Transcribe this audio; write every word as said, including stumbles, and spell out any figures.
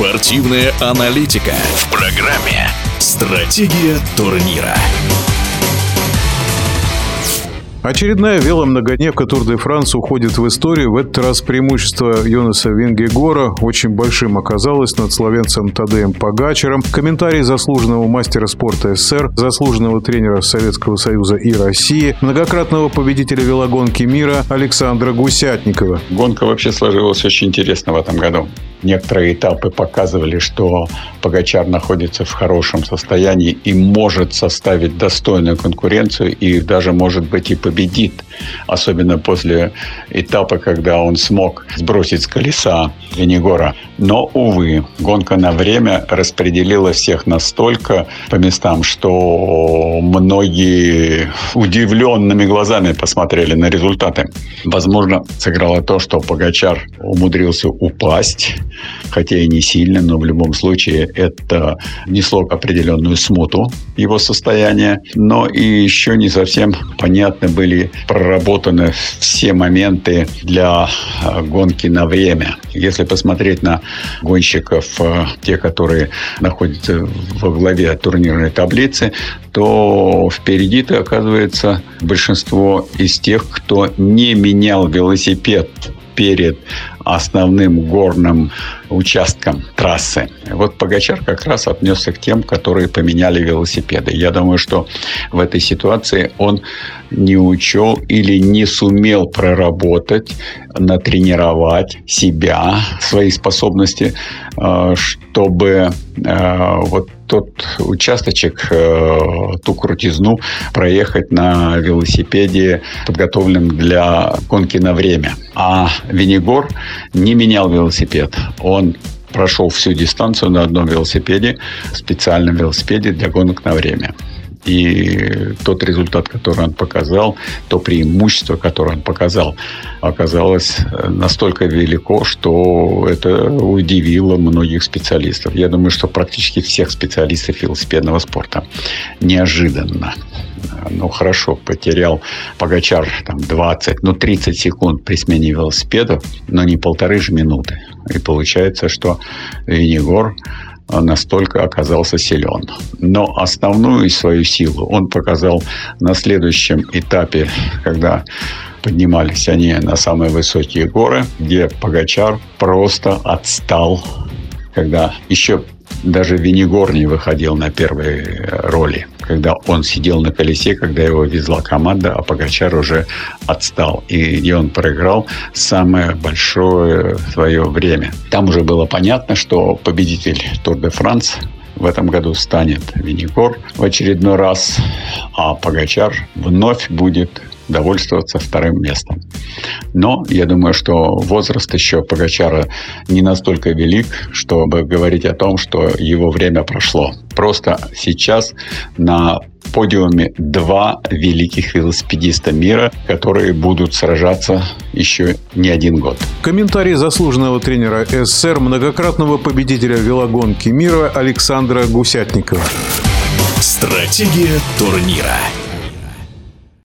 Спортивная аналитика в программе «Стратегия турнира». Очередная веломногодневка Тур де Франс уходит в историю. В этот раз преимущество Йонаса Вингегора очень большим оказалось над словенцем Тадеем Погачаром. Комментарий заслуженного мастера спорта СССР, заслуженного тренера Советского Союза и России, многократного победителя велогонки мира Александра Гусятникова. Гонка вообще сложилась очень интересно в этом году. Некоторые этапы показывали, что Погачар находится в хорошем состоянии и может составить достойную конкуренцию, и даже, может быть, и победит. Особенно после этапа, когда он смог сбросить с колеса Винегора. Но, увы, гонка на время распределила всех настолько по местам, что многие удивленными глазами посмотрели на результаты. Возможно, сыграло то, что Погачар умудрился упасть, хотя и не сильно, но в любом случае это несло определенную смуту его состояния. Но и еще не совсем понятны были проработаны все моменты для гонки на время. Если посмотреть на гонщиков, те, которые находятся во главе турнирной таблицы, то впереди-то оказывается большинство из тех, кто не менял велосипед перед основным горным участком трассы. Вот Погачар как раз отнесся к тем, которые поменяли велосипеды. Я думаю, что в этой ситуации он не учел или не сумел проработать, натренировать себя, свои способности, чтобы вот тот участочек, ту крутизну проехать на велосипеде, подготовленном для гонки на время. А Винегор не менял велосипед. Он прошел всю дистанцию на одном велосипеде, специальном велосипеде для гонок на время. И тот результат, который он показал, то преимущество, которое он показал, оказалось настолько велико, что это удивило многих специалистов. Я думаю, что практически всех специалистов велосипедного спорта. Неожиданно. Ну, хорошо, потерял Погачар там, двадцать, ну, тридцать секунд при смене велосипедов, но не полторы же минуты. И получается, что Винегор настолько оказался силен. Но основную свою силу он показал на следующем этапе, когда поднимались они на самые высокие горы, где Погачар просто отстал, когда еще даже Винегор не выходил на первые роли, когда он сидел на колесе, когда его везла команда, а Погачар уже отстал. И где он проиграл самое большое свое время. Там уже было понятно, что победитель Тур де Франс в этом году станет Винегор в очередной раз, а Погачар вновь будет довольствоваться вторым местом. Но я думаю, что возраст еще Погачара не настолько велик, чтобы говорить о том, что его время прошло. Просто сейчас на подиуме два великих велосипедиста мира, которые будут сражаться еще не один год. Комментарий заслуженного тренера СССР, многократного победителя велогонки мира Александра Гусятникова. Стратегия турнира.